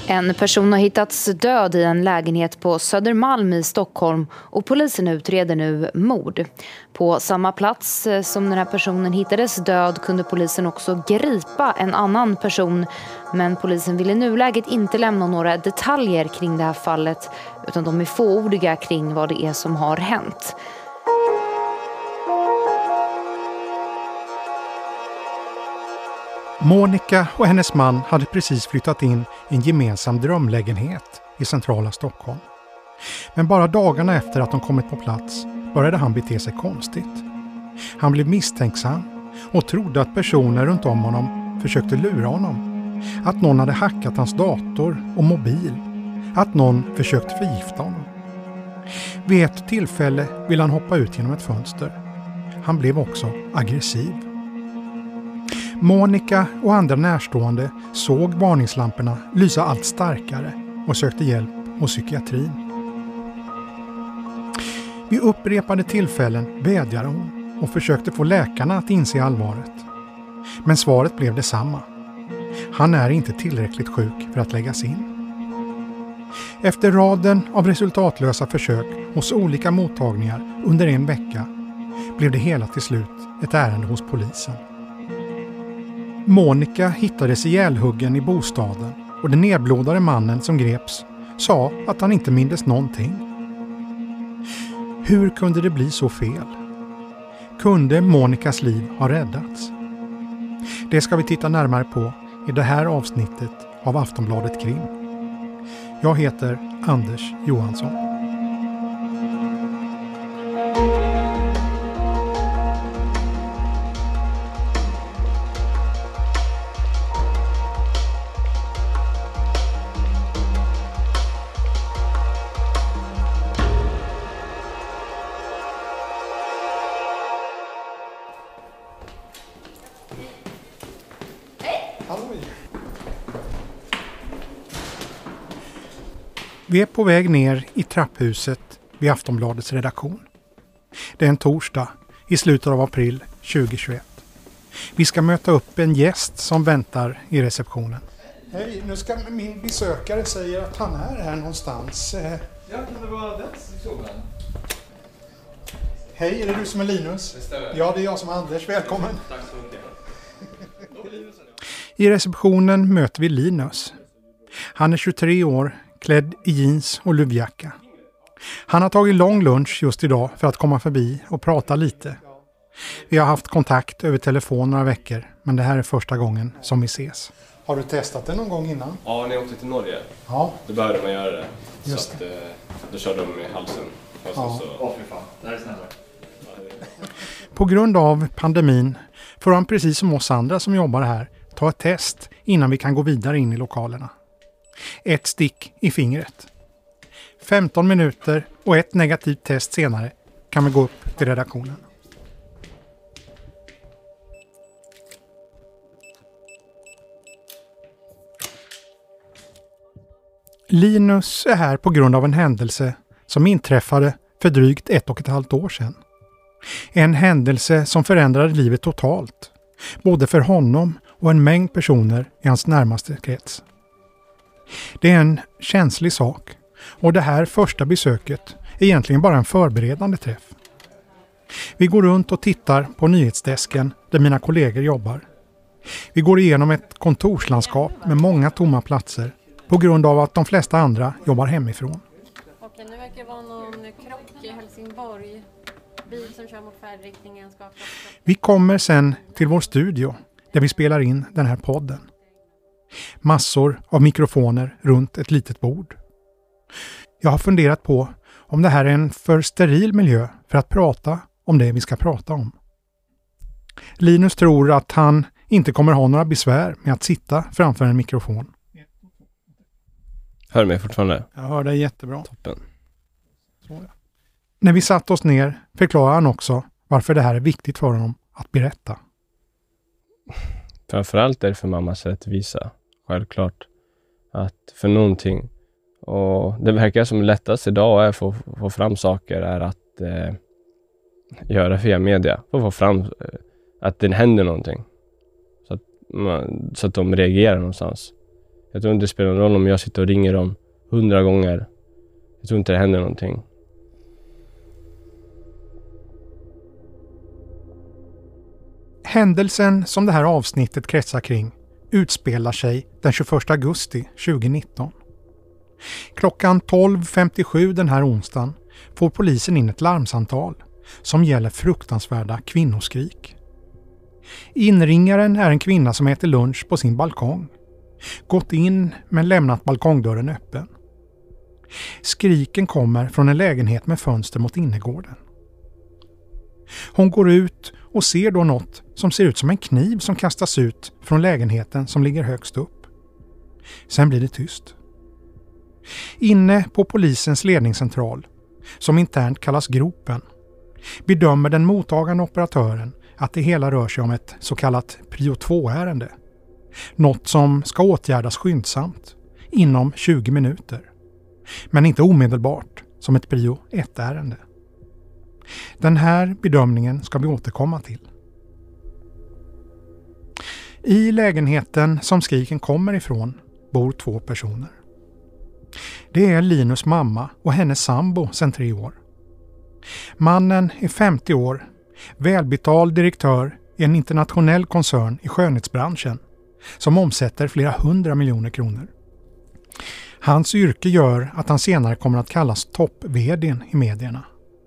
En person har hittats död i en lägenhet på Södermalm i Stockholm och polisen utreder nu mord. På samma plats som den här personen hittades död kunde polisen också gripa en annan person. Men polisen vill i nuläget inte lämna några detaljer kring det här fallet utan de är fåordiga kring vad det är som har hänt. Monica och hennes man hade precis flyttat in i en gemensam drömlägenhet i centrala Stockholm. Men bara dagarna efter att de kommit på plats började han bete sig konstigt. Han blev misstänksam och trodde att personer runt om honom försökte lura honom. Att någon hade hackat hans dator och mobil. Att någon försökt förgifta honom. Vid ett tillfälle ville han hoppa ut genom ett fönster. Han blev också aggressiv. Monica och andra närstående såg varningslamporna lysa allt starkare och sökte hjälp hos psykiatrin. Vid upprepade tillfällen vädjade hon och försökte få läkarna att inse allvaret. Men svaret blev detsamma. Han är inte tillräckligt sjuk för att läggas in. Efter raden av resultatlösa försök hos olika mottagningar under en vecka blev det hela till slut ett ärende hos polisen. Monica hittades ihjälhuggen i bostaden och den nedblodade mannen som greps sa att han inte mindes någonting. Hur kunde det bli så fel? Kunde Monicas liv ha räddats? Det ska vi titta närmare på i det här avsnittet av Aftonbladet Krim. Jag heter Anders Johansson. Vi är på väg ner i trapphuset vid Aftonbladets redaktion. Det är en torsdag i slutet av april 2021. Vi ska möta upp en gäst som väntar i receptionen. Hej, nu ska min besökare säga att han är här någonstans. Ja, kan det vara den sektionen? Hej, är det du som är Linus? Det stämmer. Ja, det är jag som är Anders. Välkommen. Tack så mycket. I receptionen möter vi Linus. Han är 23 år, klädd i jeans och luvjacka. Han har tagit lång lunch just idag för att komma förbi och prata lite. Vi har haft kontakt över telefon några veckor, men det här är första gången som vi ses. Har du testat det någon gång innan? Ja, när jag åkte till Norge. Ja. Då behövde man göra det. Just så att, då körde de i halsen. Och Ja. fy fan. Det här är snällare. På grund av pandemin får han precis som oss andra som jobbar här ta ett test innan vi kan gå vidare in i lokalerna. Ett stick i fingret. 15 minuter och ett negativt test senare kan vi gå upp till redaktionen. Linus är här på grund av en händelse som inträffade för drygt 1,5 år sedan. En händelse som förändrade livet totalt, både för honom och en mängd personer i hans närmaste krets. Det är en känslig sak och det här första besöket är egentligen bara en förberedande träff. Vi går runt och tittar på nyhetsdesken där mina kollegor jobbar. Vi går igenom ett kontorslandskap med många tomma platser på grund av att de flesta andra jobbar hemifrån. Okej, nu verkar det vara någon krock i Helsingborg. Bil som kör mot färdriktningen ska krocka. Vi kommer sen till vår studio där vi spelar in den här podden. Massor av mikrofoner runt ett litet bord. Jag har funderat på om det här är en för steril miljö för att prata om det vi ska prata om. Linus tror att han inte kommer ha några besvär med att sitta framför en mikrofon. Hör du mig fortfarande? Jag hör dig jättebra. Toppen. Så, ja. När vi satt oss ner förklarar han också varför det här är viktigt för honom att berätta. Framförallt är det för mammas rättvisa. Självklart. Att för någonting. Och det verkar som lättast idag är att få fram saker är att göra via media. För att få fram att det händer någonting. Så att de reagerar någonstans. Jag tror inte det spelar någon roll om jag sitter och ringer dem 100 gånger. Jag tror inte det händer någonting. Händelsen som det här avsnittet kretsar kring utspelar sig den 21 augusti 2019. Klockan 12.57 den här onsdagen får polisen in ett larmsamtal som gäller fruktansvärda kvinnoskrik. Inringaren är en kvinna som äter lunch på sin balkong. Gått in men lämnat balkongdörren öppen. Skriken kommer från en lägenhet med fönster mot innergården. Hon går ut och ser då något som ser ut som en kniv som kastas ut från lägenheten som ligger högst upp. Sen blir det tyst. Inne på polisens ledningscentral, som internt kallas Gropen, bedömer den mottagande operatören att det hela rör sig om ett så kallat prio 2-ärende. Något som ska åtgärdas skyndsamt, inom 20 minuter. Men inte omedelbart som ett prio 1-ärende. Den här bedömningen ska vi återkomma till. I lägenheten som skriken kommer ifrån bor 2 personer. Det är Linus mamma och hennes sambo sedan 3 år. Mannen är 50 år, välbetald direktör i en internationell koncern i skönhetsbranschen som omsätter flera 100 miljoner kronor. Hans yrke gör att han senare kommer att kallas topp-vd:n i medierna.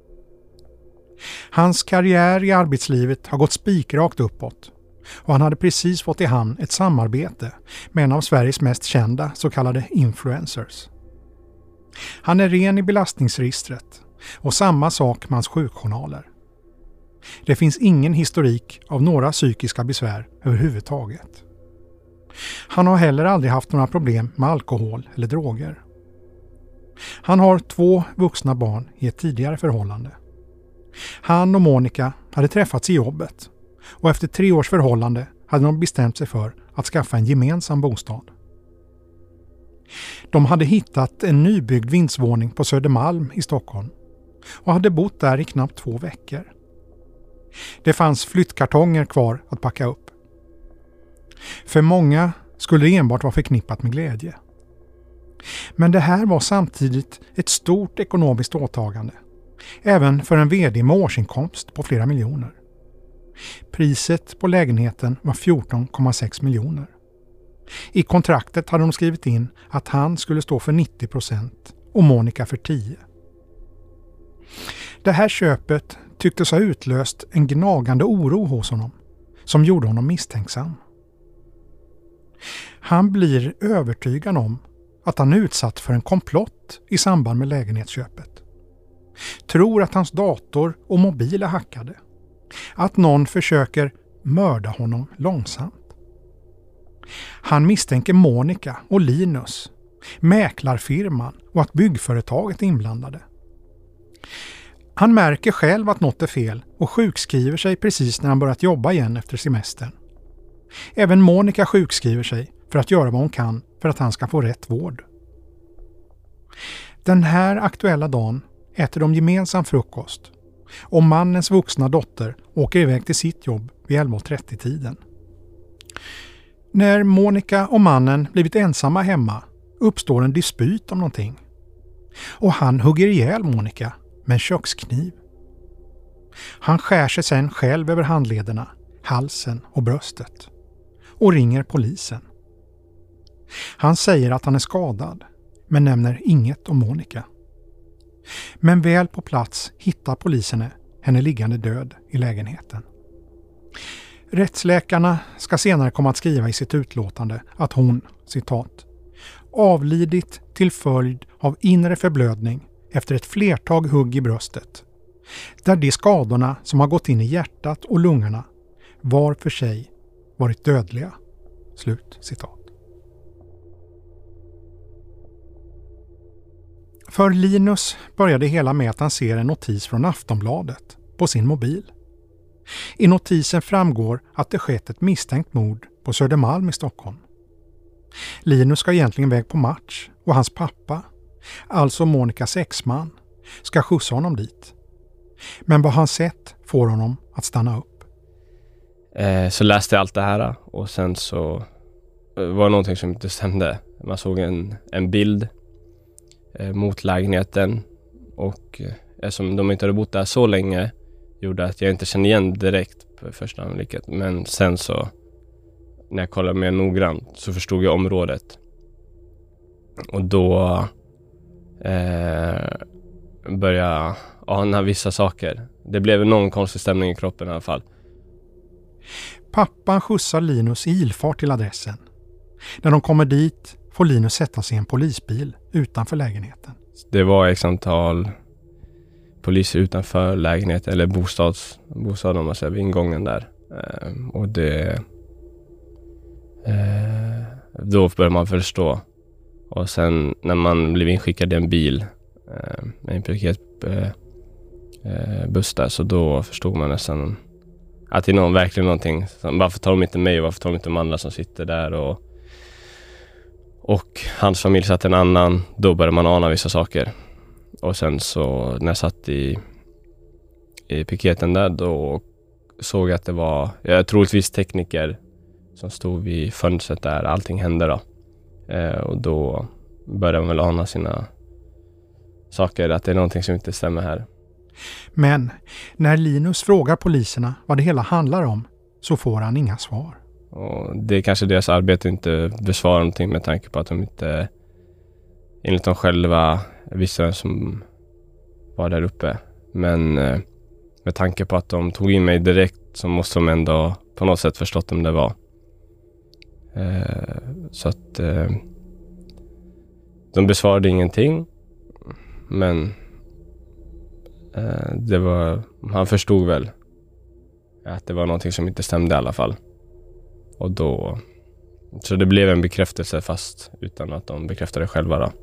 Hans karriär i arbetslivet har gått spikrakt uppåt och han hade precis fått i hand ett samarbete med en av Sveriges mest kända så kallade influencers. Han är ren i belastningsregistret och samma sak med hans sjukjournaler. Det finns ingen historik av några psykiska besvär överhuvudtaget. Han har heller aldrig haft några problem med alkohol eller droger. Han har 2 vuxna barn i ett tidigare förhållande. Han och Monica hade träffats i jobbet och efter 3 års förhållande hade de bestämt sig för att skaffa en gemensam bostad. De hade hittat en nybyggd vindsvåning på Södermalm i Stockholm och hade bott där i knappt 2 veckor. Det fanns flyttkartonger kvar att packa upp. För många skulle det enbart vara förknippat med glädje. Men det här var samtidigt ett stort ekonomiskt åtagande, även för en vd med årsinkomst på flera miljoner. Priset på lägenheten var 14,6 miljoner. I kontraktet hade de skrivit in att han skulle stå för 90% och Monica för 10%. Det här köpet tycktes ha utlöst en gnagande oro hos honom som gjorde honom misstänksam. Han blir övertygad om att han är utsatt för en komplott i samband med lägenhetsköpet. Tror att hans dator och mobil är hackade. Att någon försöker mörda honom långsamt. Han misstänker Monica och Linus, mäklarfirman och att byggföretaget är inblandade. Han märker själv att något är fel och sjukskriver sig precis när han börjat jobba igen efter semestern. Även Monica sjukskriver sig för att göra vad hon kan för att han ska få rätt vård. Den här aktuella dagen äter de gemensam frukost och mannens vuxna dotter åker iväg till sitt jobb vid 11:30-tiden. När Monica och mannen blivit ensamma hemma uppstår en dispyt om någonting. Och han hugger ihjäl Monica med en kökskniv. Han skär sig sen själv över handlederna, halsen och bröstet och ringer polisen. Han säger att han är skadad men nämner inget om Monica. Men väl på plats hittar polisen henne liggande död i lägenheten. Rättsläkarna ska senare komma att skriva i sitt utlåtande att hon, citat, avlidit till följd av inre förblödning efter ett flertag hugg i bröstet, där de skadorna som har gått in i hjärtat och lungorna var för sig varit dödliga. Slut citat. För Linus började hela med att han ser en notis från Aftonbladet på sin mobil. I notisen framgår att det skett ett misstänkt mord på Södermalm i Stockholm. Linus ska egentligen iväg på match och hans pappa, alltså Monicas exman, ska skjutsa honom dit. Men vad han sett får honom att stanna upp. Så läste jag allt det här och sen så var någonting som inte stämde. Man såg en bild mot lägenheten och eftersom de inte hade bott där så länge gjorde att jag inte kände igen direkt på första anblicket. Men sen så när jag kollade mer noggrant så förstod jag området. Och då började jag ana vissa saker. Det blev någon konstig stämning i kroppen i alla fall. Pappan skjutsar Linus i ilfart till adressen. När de kommer dit får Linus sätta sig i en polisbil utanför lägenheten. Det var ett antal poliser utanför lägenheten, eller bostaden om man säger, vid ingången där. Och det... då börjar man förstå. Och sen när man blev inskickad i en bil med en piketbuss där, så då förstod man nästan att det är verkligen någonting. Varför tar de inte mig och varför tar de inte de andra som sitter där? Och hans familj satt en annan. Då började man ana vissa saker. Och sen så när jag satt i piketen där, då såg jag att det var troligtvis tekniker som stod vid fönstret där allting hände då. Och då började man väl ana sina saker, att det är någonting som inte stämmer här. Men när Linus frågar poliserna vad det hela handlar om så får han inga svar. Och det är kanske deras arbete inte besvarar någonting med tanke på att de inte enligt dem själva visste vem som var där uppe. Men med tanke på att de tog in mig direkt så måste de ändå på något sätt förstått om det var. Så att de besvarade ingenting. Men han förstod väl att det var någonting som inte stämde i alla fall. Och då, så det blev en bekräftelse fast utan att de bekräftade själva då.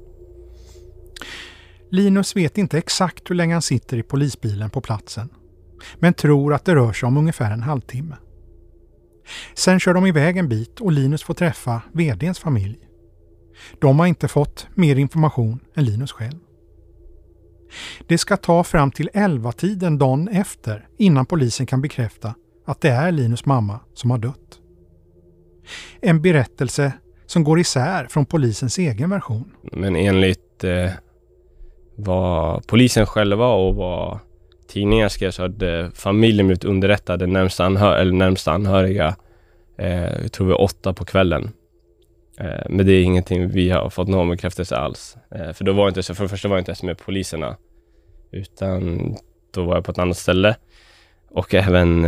Linus vet inte exakt hur länge han sitter i polisbilen på platsen, men tror att det rör sig om ungefär en halvtimme. Sen kör de iväg en bit och Linus får träffa vd:ns familj. De har inte fått mer information än Linus själv. Det ska ta fram till 11-tiden dagen efter innan polisen kan bekräfta att det är Linus mamma som har dött. En berättelse som går isär från polisens egen version. Men enligt vad polisen själva och vad tidningar skrev så hade familjen blivit underrättade närmsta anhöriga jag tror vi 8 på kvällen. Men det är ingenting vi har fått någon bekräftelse alls. För då var inte så, för det första var jag inte ens med poliserna utan då var jag på ett annat ställe och även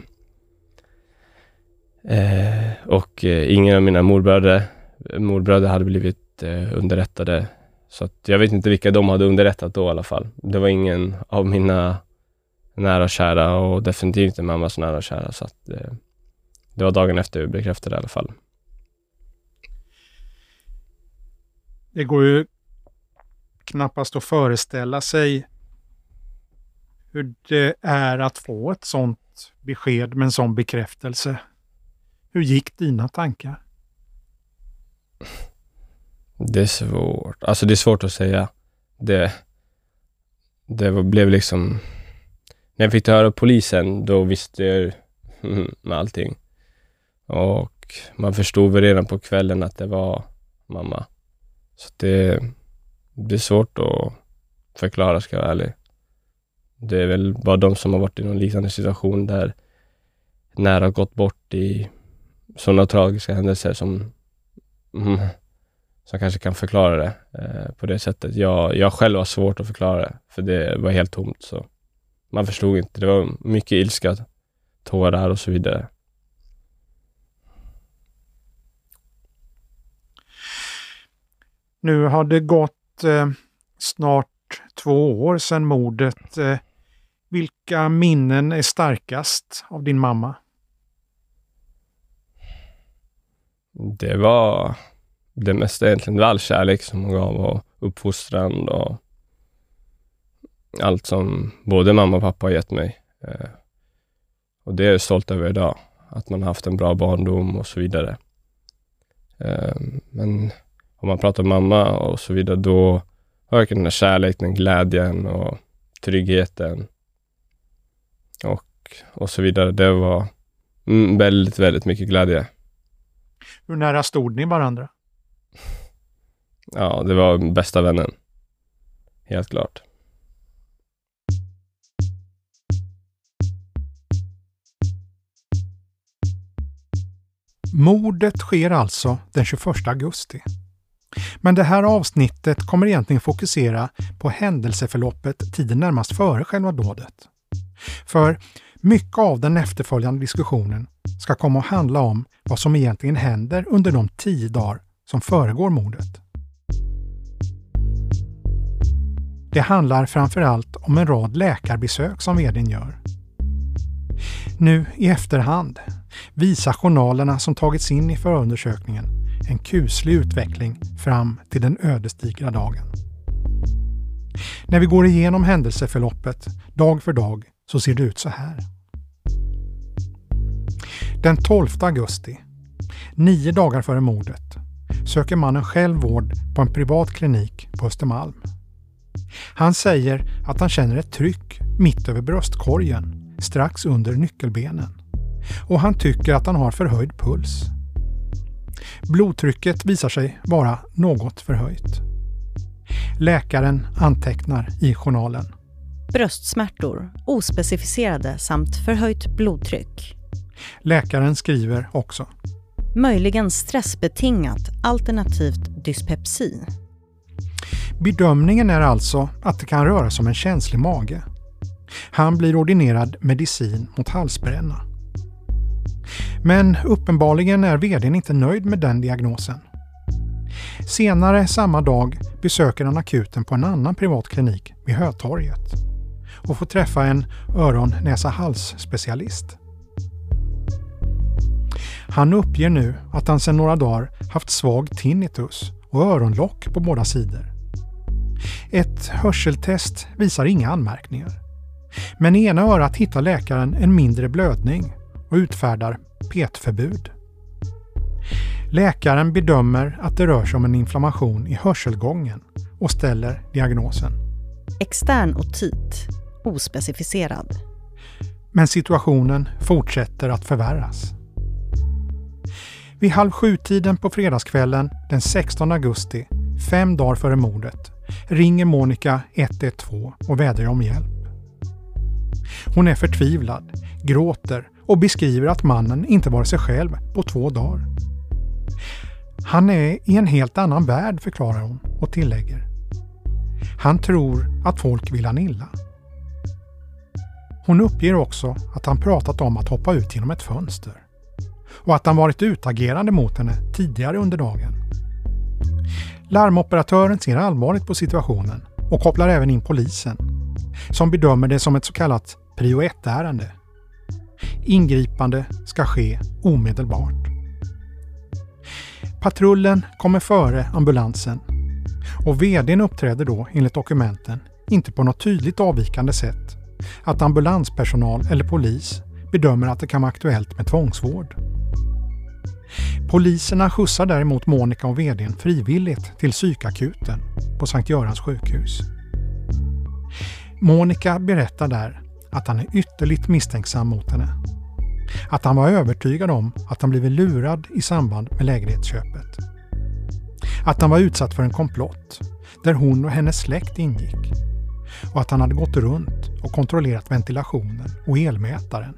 ingen av mina morbröder hade blivit underrättade, så att jag vet inte vilka de hade underrättat då i alla fall. Det var ingen av mina nära och kära och definitivt inte mammas nära och kära, så att det var dagen efter vi bekräftade i alla fall. Det går ju knappast att föreställa sig hur det är att få ett sånt besked med en sån bekräftelse. Hur gick dina tankar? Det är svårt. Alltså det är svårt att säga. Det blev liksom... När jag fick höra polisen, då visste jag med allting. Och man förstod väl redan på kvällen att det var mamma. Så det är svårt att förklara, ska jag vara ärlig. Det är väl bara de som har varit i någon liknande situation där nära gått bort i sådana tragiska händelser som kanske kan förklara det på det sättet. Jag själv har svårt att förklara det, för det var helt tomt. Så man förstod inte. Det var mycket ilska, tårar och så vidare. Nu har det gått snart 2 år sedan mordet. Vilka minnen är starkast av din mamma? Det var det mesta egentligen. Det var all kärlek som hon gav och uppfostran och allt som både mamma och pappa har gett mig. Och det är jag stolt över idag. Att man har haft en bra barndom och så vidare. Men om man pratar om mamma och så vidare, då har jag den här kärleken, glädjen och tryggheten och så vidare. Det var väldigt, väldigt mycket glädje. Hur nära stod ni varandra? Ja, det var bästa vännen. Helt klart. Mordet sker alltså den 21 augusti. Men det här avsnittet kommer egentligen fokusera på händelseförloppet tiden närmast före själva dådet. För mycket av den efterföljande diskussionen ska komma att handla om vad som egentligen händer under de 10 dagar som föregår mordet. Det handlar framförallt om en rad läkarbesök som vdn gör. Nu i efterhand visar journalerna som tagits in i förundersökningen en kuslig utveckling fram till den ödesdigra dagen. När vi går igenom händelseförloppet dag för dag så ser det ut så här. Den 12 augusti, 9 dagar före mordet, söker mannen själv vård på en privat klinik på Östermalm. Han säger att han känner ett tryck mitt över bröstkorgen, strax under nyckelbenen. Och han tycker att han har förhöjd puls. Blodtrycket visar sig vara något förhöjt. Läkaren antecknar i journalen. Bröstsmärtor, ospecificerade samt förhöjt blodtryck. Läkaren skriver också. Möjligen stressbetingat alternativt dyspepsi. Bedömningen är alltså att det kan röra sig om en känslig mage. Han blir ordinerad medicin mot halsbränna. Men uppenbarligen är vdn inte nöjd med den diagnosen. Senare samma dag besöker han akuten på en annan privat klinik vid Hötorget och får träffa en öron-näsa-hals-specialist. Han uppger nu att han sedan några dagar haft svag tinnitus och öronlock på båda sidor. Ett hörseltest visar inga anmärkningar. Men i ena örat hittar läkaren en mindre blödning och utfärdar petförbud. Läkaren bedömer att det rör sig om en inflammation i hörselgången och ställer diagnosen. Extern otit, ospecificerad. Men situationen fortsätter att förvärras. Vid 6:30 på fredagskvällen den 16 augusti, 5 dagar före mordet, ringer Monica 112 och vädjar om hjälp. Hon är förtvivlad, gråter och beskriver att mannen inte var sig själv på 2 dagar. Han är i en helt annan värld, förklarar hon och tillägger. Han tror att folk vill han illa. Hon uppger också att han pratat om att hoppa ut genom ett fönster och att han varit utagerande mot henne tidigare under dagen. Larmoperatören ser allvarligt på situationen och kopplar även in polisen som bedömer det som ett så kallat prio 1-ärende. Ingripande ska ske omedelbart. Patrullen kommer före ambulansen och vdn uppträder då enligt dokumenten inte på något tydligt avvikande sätt att ambulanspersonal eller polis bedömer att det kan vara aktuellt med tvångsvård. Poliserna skjutsar däremot Monica och vdn frivilligt till psykakuten på Sankt Görans sjukhus. Monica berättar där att han är ytterligt misstänksam mot henne. Att han var övertygad om att han blivit lurad i samband med lägenhetsköpet. Att han var utsatt för en komplott där hon och hennes släkt ingick. Och att han hade gått runt och kontrollerat ventilationen och elmätaren.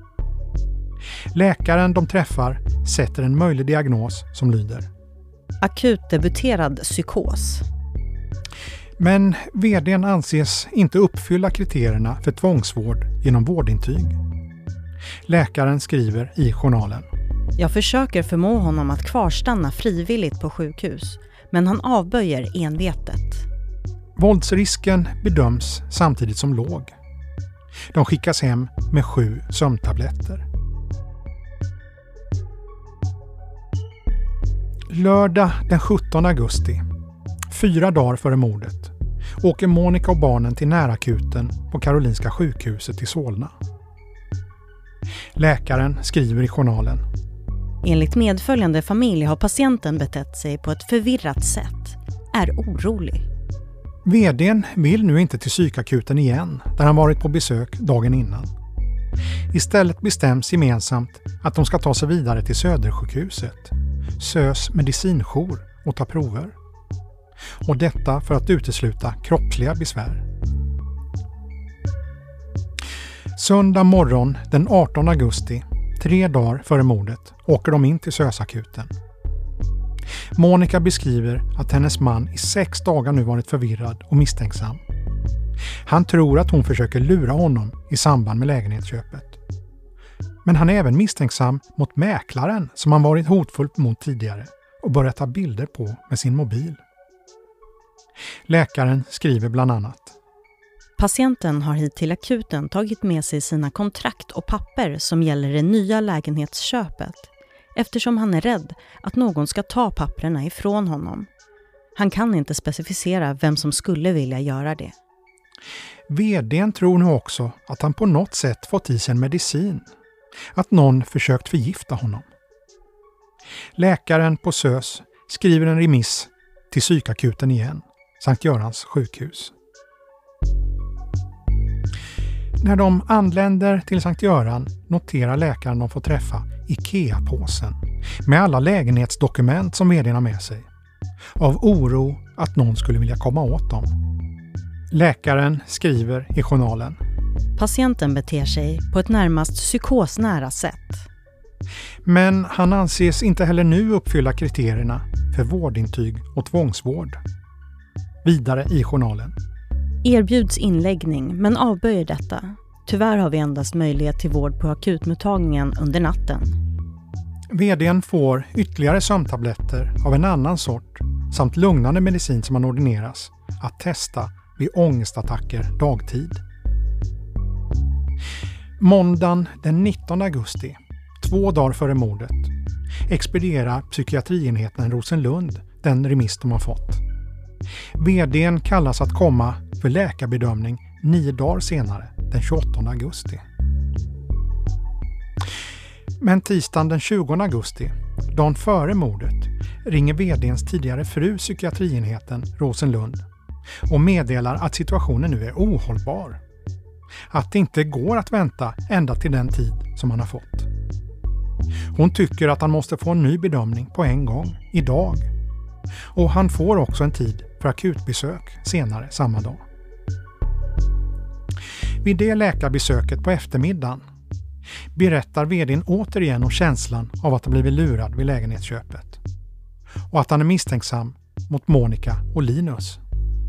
Läkaren de träffar sätter en möjlig diagnos som lyder: akutdebuterad psykos. Men vdn anses inte uppfylla kriterierna för tvångsvård genom vårdintyg. Läkaren skriver i journalen. Jag försöker förmå honom att kvarstanna frivilligt på sjukhus, men han avböjer envetet. Våldsrisken bedöms samtidigt som låg. De skickas hem med 7 sömntabletter. Lördag den 17 augusti, 4 dagar före mordet, åker Monica och barnen till närakuten på Karolinska sjukhuset i Solna. Läkaren skriver i journalen. Enligt medföljande familj har patienten betett sig på ett förvirrat sätt. Är orolig. VDn vill nu inte till psykakuten igen, där han varit på besök dagen innan. Istället bestäms gemensamt att de ska ta sig vidare till Södersjukhuset, SÖS medicinjour och ta prover. Och detta för att utesluta kroppsliga besvär. Söndag morgon den 18 augusti, 3 dagar före mordet, åker de in till SÖS-akuten. Monica beskriver att hennes man i 6 dagar nu varit förvirrad och misstänksam. Han tror att hon försöker lura honom i samband med lägenhetsköpet. Men han är även misstänksam mot mäklaren som han varit hotfull mot tidigare och börjat ta bilder på med sin mobil. Läkaren skriver bland annat: Patienten har hit till akuten tagit med sig sina kontrakt och papper som gäller det nya lägenhetsköpet, eftersom han är rädd att någon ska ta papperna ifrån honom. Han kan inte specificera vem som skulle vilja göra det. VD:n tror nu också att han på något sätt fått i sig en medicin. Att någon försökt förgifta honom. Läkaren på SÖS skriver en remiss till psykakuten igen, Sankt Görans sjukhus. När de anländer till Sankt Göran noterar läkaren de får träffa IKEA-påsen med alla lägenhetsdokument som VD:n har med sig. Av oro att någon skulle vilja komma åt dem. Läkaren skriver i journalen: Patienten beter sig på ett närmast psykosnära sätt. Men han anses inte heller nu uppfylla kriterierna för vårdintyg och tvångsvård. Vidare i journalen: Erbjuds inläggning men avböjer detta. Tyvärr har vi endast möjlighet till vård på akutmottagningen under natten. VD:n får ytterligare sömntabletter av en annan sort samt lugnande medicin som han ordineras att testa vid ångestattacker dagtid. Måndagen den 19 augusti, 2 dagar före mordet, expedierar psykiatrienheten Rosenlund den remiss de har fått. VD:n kallas att komma för läkarbedömning 9 dagar senare, den 28 augusti. Men tisdagen den 20 augusti, dagen före mordet, ringer VD:ns tidigare fru psykiatrienheten Rosenlund och meddelar att situationen nu är ohållbar. Att det inte går att vänta ända till den tid som han har fått. Hon tycker att han måste få en ny bedömning på en gång, idag. Och han får också en tid för akutbesök senare samma dag. Vid det läkarbesöket på eftermiddagen berättar VD:n återigen om känslan av att ha blivit lurad vid lägenhetsköpet. Och att han är misstänksam mot Monica och Linus.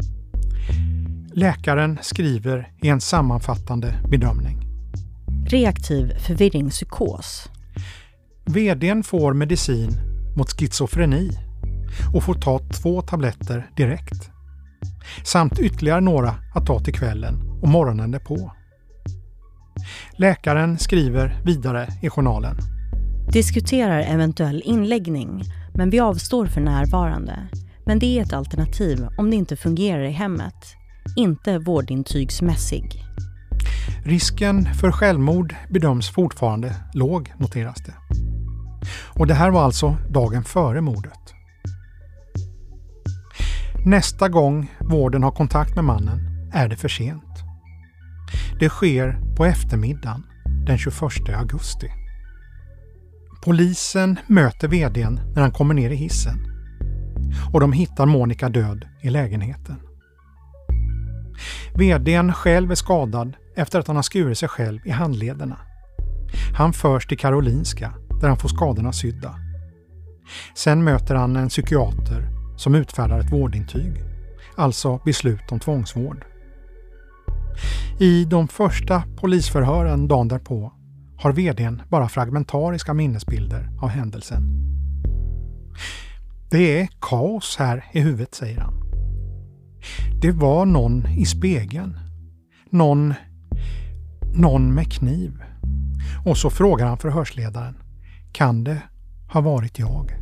Läkaren skriver i en sammanfattande bedömning: Reaktiv förvirringspsykos. VD:n får medicin mot schizofreni och får ta 2 tabletter direkt. Samt ytterligare några att ta till kvällen och morgonen därpå. Läkaren skriver vidare i journalen: Diskuterar eventuell inläggning, men vi avstår för närvarande. Men det är ett alternativ om det inte fungerar i hemmet. Inte vårdintygsmässig. Risken för självmord bedöms fortfarande låg, noteras det. Och det här var alltså dagen före mordet. Nästa gång vården har kontakt med mannen är det för sent. Det sker på eftermiddagen den 21 augusti. Polisen möter VD:n när han kommer ner i hissen. Och de hittar Monica död i lägenheten. VD:n själv är skadad efter att han har skurit sig själv i handlederna. Han förs till Karolinska där han får skadorna sydda. Sen möter han en psykiater som utfärdar ett vårdintyg, alltså beslut om tvångsvård. I de första polisförhören dagen därpå har VD:n bara fragmentariska minnesbilder av händelsen. Det är kaos här i huvudet, säger han. Det var någon i spegeln. Någon med kniv. Och så frågar han förhörsledaren: kan det ha varit jag?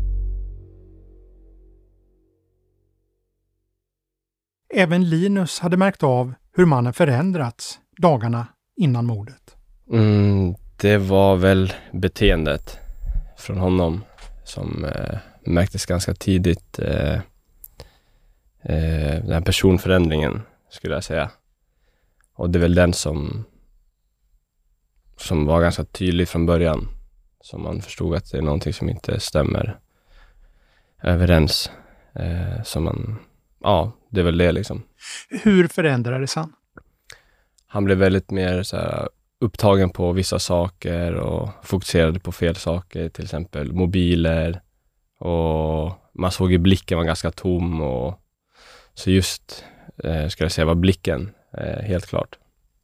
Även Linus hade märkt av hur mannen förändrats dagarna innan mordet. Det var väl beteendet från honom som märktes ganska tidigt. Den här personförändringen skulle jag säga. Och det är väl den som var ganska tydlig från början. Som man förstod att det är någonting som inte stämmer överens. Det är väl det liksom. Hur förändrades han? Han blev väldigt mer så här, upptagen på vissa saker och fokuserade på fel saker, till exempel mobiler, och man såg i blicken var ganska tom, och så just ska jag säga var blicken helt klart.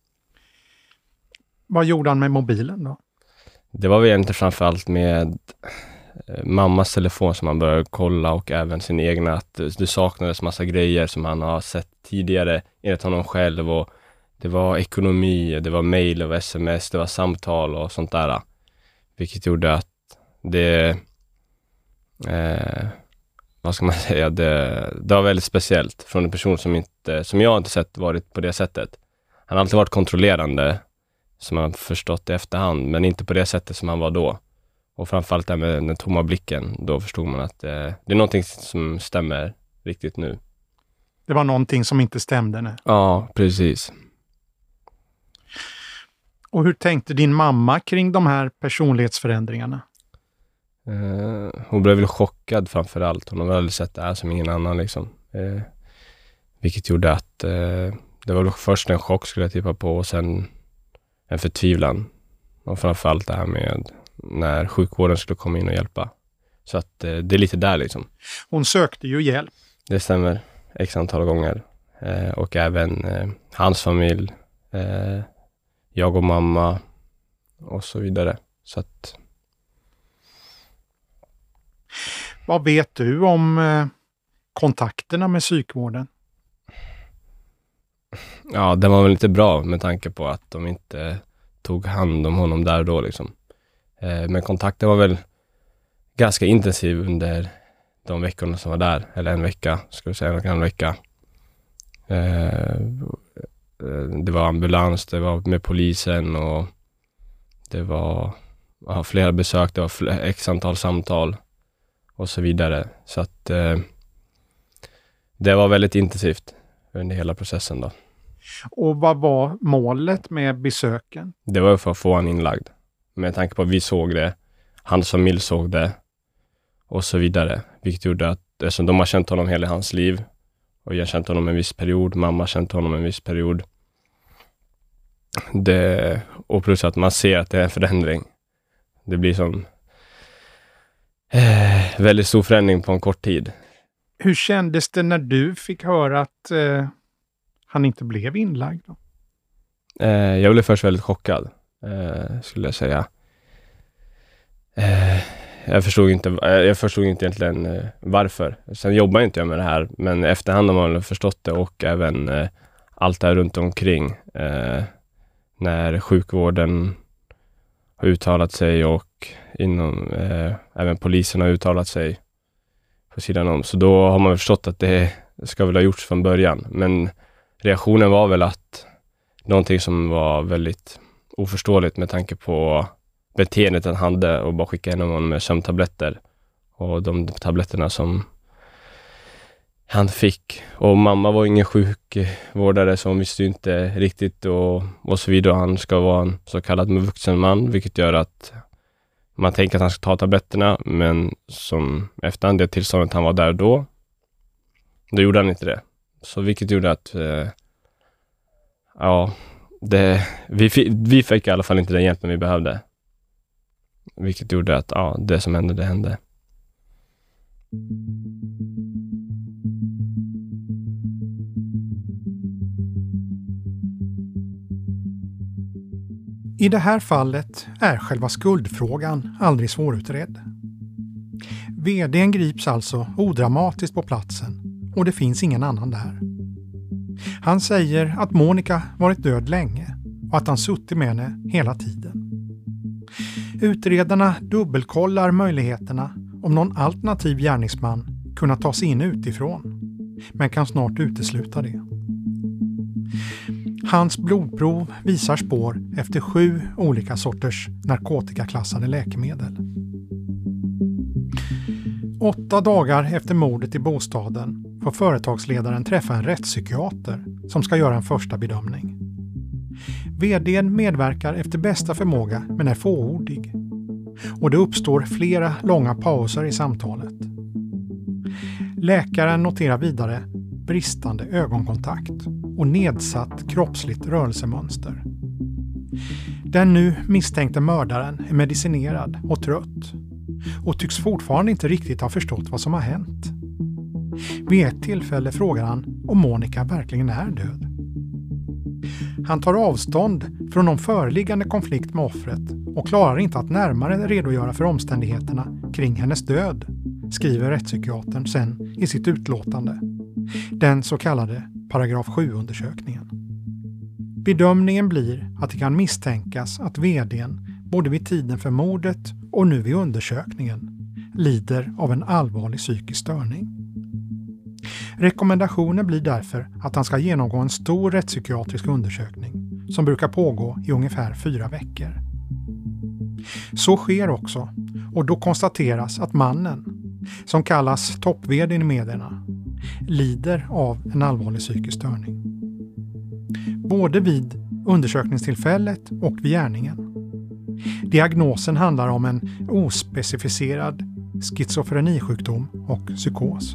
Vad gjorde han med mobilen då? Det var väl egentligen framförallt med mammas telefon som han började kolla, och även sin egna, att det saknades massa grejer som han har sett tidigare enligt honom själv, och det var ekonomi, det var mejl och sms, det var samtal och sånt där, vilket gjorde att det vad ska man säga, det var väldigt speciellt från en person som jag inte sett varit på det sättet. Han har alltid varit kontrollerande, som man förstått i efterhand, men inte på det sättet som han var då. Och framförallt där med den tomma blicken, då förstod man att det är någonting som stämmer riktigt nu. Det var någonting som inte stämde nu. Ja, precis. Och hur tänkte din mamma kring de här personlighetsförändringarna? Hon blev väl chockad framförallt. Hon har väl sett det här som ingen annan liksom. Vilket gjorde att det var först en chock skulle jag tippa på, och sen en förtvivlan. Och framförallt det här med när sjukvården skulle komma in och hjälpa. Så att det är lite där liksom. Hon sökte ju hjälp. Det stämmer, x antal gånger. Och även hans familj, jag och mamma och så vidare. Så att... Vad vet du om kontakterna med psykvården? Ja, det var väl inte bra med tanke på att de inte tog hand om honom där och då liksom. Men kontakten var väl ganska intensiv under de veckorna som var där. Eller en vecka, skulle jag säga, en vecka. Det var ambulans, det var med polisen, och det var flera besök, det var x antal samtal och så vidare. Så att det var väldigt intensivt under hela processen då. Och vad var målet med besöken? Det var för att få han inlagd. Med tanke på att vi såg det, hans familj såg det och så vidare. Vilket gjorde att eftersom de har känt honom hela hans liv, och jag har känt honom en viss period, mamma har känt honom en viss period. Och plus att man ser att det är en förändring. Det blir som väldigt stor förändring på en kort tid. Hur kändes det när du fick höra att han inte blev inlagd då? Jag blev först väldigt chockad, skulle jag säga. Jag förstod inte egentligen varför. Sen jobbar inte jag med det här, men efterhand har man förstått det, och även allt det här runt omkring. När sjukvården har uttalat sig, och även polisen har uttalat sig på sidan om. Så då har man förstått att det ska väl ha gjorts från början. Men reaktionen var väl att någonting som var väldigt oförståeligt med tanke på beteendet han hade, och bara skicka igenom honom med sömntabletter. Och de tabletterna som han fick. Och mamma var ingen sjukvårdare, så hon visste inte riktigt och så vidare. Han ska vara en så kallad vuxen man, vilket gör att man tänker att han ska ta tabletterna, men som efter det tillståndet han var där då gjorde han inte det. Så vilket gjorde att vi fick i alla fall inte den hjälpen vi behövde. Vilket gjorde att det som hände, det hände. I det här fallet är själva skuldfrågan aldrig svårutredd. VD:n grips alltså odramatiskt på platsen, och det finns ingen annan där. Han säger att Monica varit död länge och att han suttit med henne hela tiden. Utredarna dubbelkollar möjligheterna om någon alternativ gärningsman kunnat ta sig in utifrån, men kan snart utesluta det. Hans blodprov visar spår efter 7 olika sorters narkotikaklassade läkemedel. 8 dagar efter mordet i bostaden får företagsledaren träffa en rättspsykiater som ska göra en första bedömning. VD:n medverkar efter bästa förmåga, men är fåordig. Och det uppstår flera långa pauser i samtalet. Läkaren noterar vidare bristande ögonkontakt och nedsatt kroppsligt rörelsemönster. Den nu misstänkte mördaren är medicinerad och trött och tycks fortfarande inte riktigt ha förstått vad som har hänt. Vid ett tillfälle frågar han om Monica verkligen är död. Han tar avstånd från någon föreliggande konflikt med offret och klarar inte att närmare redogöra för omständigheterna kring hennes död, skriver rättspsykiatern sen i sitt utlåtande. Den så kallade paragraf 7-undersökningen. Bedömningen blir att det kan misstänkas att vd:n både vid tiden för mordet och nu vid undersökningen lider av en allvarlig psykisk störning. Rekommendationen blir därför att han ska genomgå en stor rättspsykiatrisk undersökning som brukar pågå i ungefär 4 veckor. Så sker också, och då konstateras att mannen, som kallas topp-vd i medierna, lider av en allvarlig psykisk störning. Både vid undersökningstillfället och vid gärningen. Diagnosen handlar om en ospecificerad schizofrenisjukdom och psykos.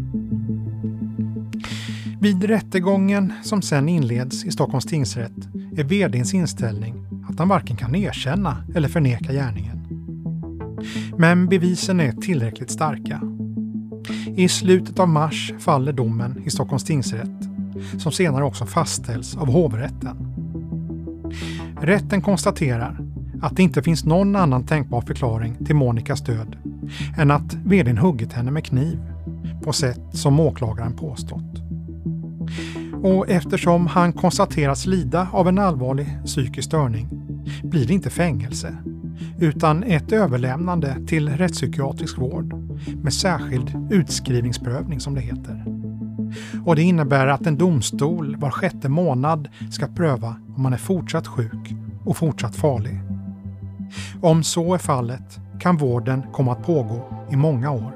Vid rättegången som sen inleds i Stockholms tingsrätt är vd:ns inställning att han varken kan erkänna eller förneka gärningen. Men bevisen är tillräckligt starka. I slutet av mars faller domen i Stockholms tingsrätt, som senare också fastställs av hovrätten. Rätten konstaterar att det inte finns någon annan tänkbar förklaring till Monicas död än att vd:n huggit henne med kniv på sätt som åklagaren påstått. Och eftersom han konstateras lida av en allvarlig psykisk störning blir det inte fängelse utan ett överlämnande till rättspsykiatrisk vård med särskild utskrivningsprövning som det heter. Och det innebär att en domstol var 6:e månad ska pröva om man är fortsatt sjuk och fortsatt farlig. Om så är fallet kan vården komma att pågå i många år.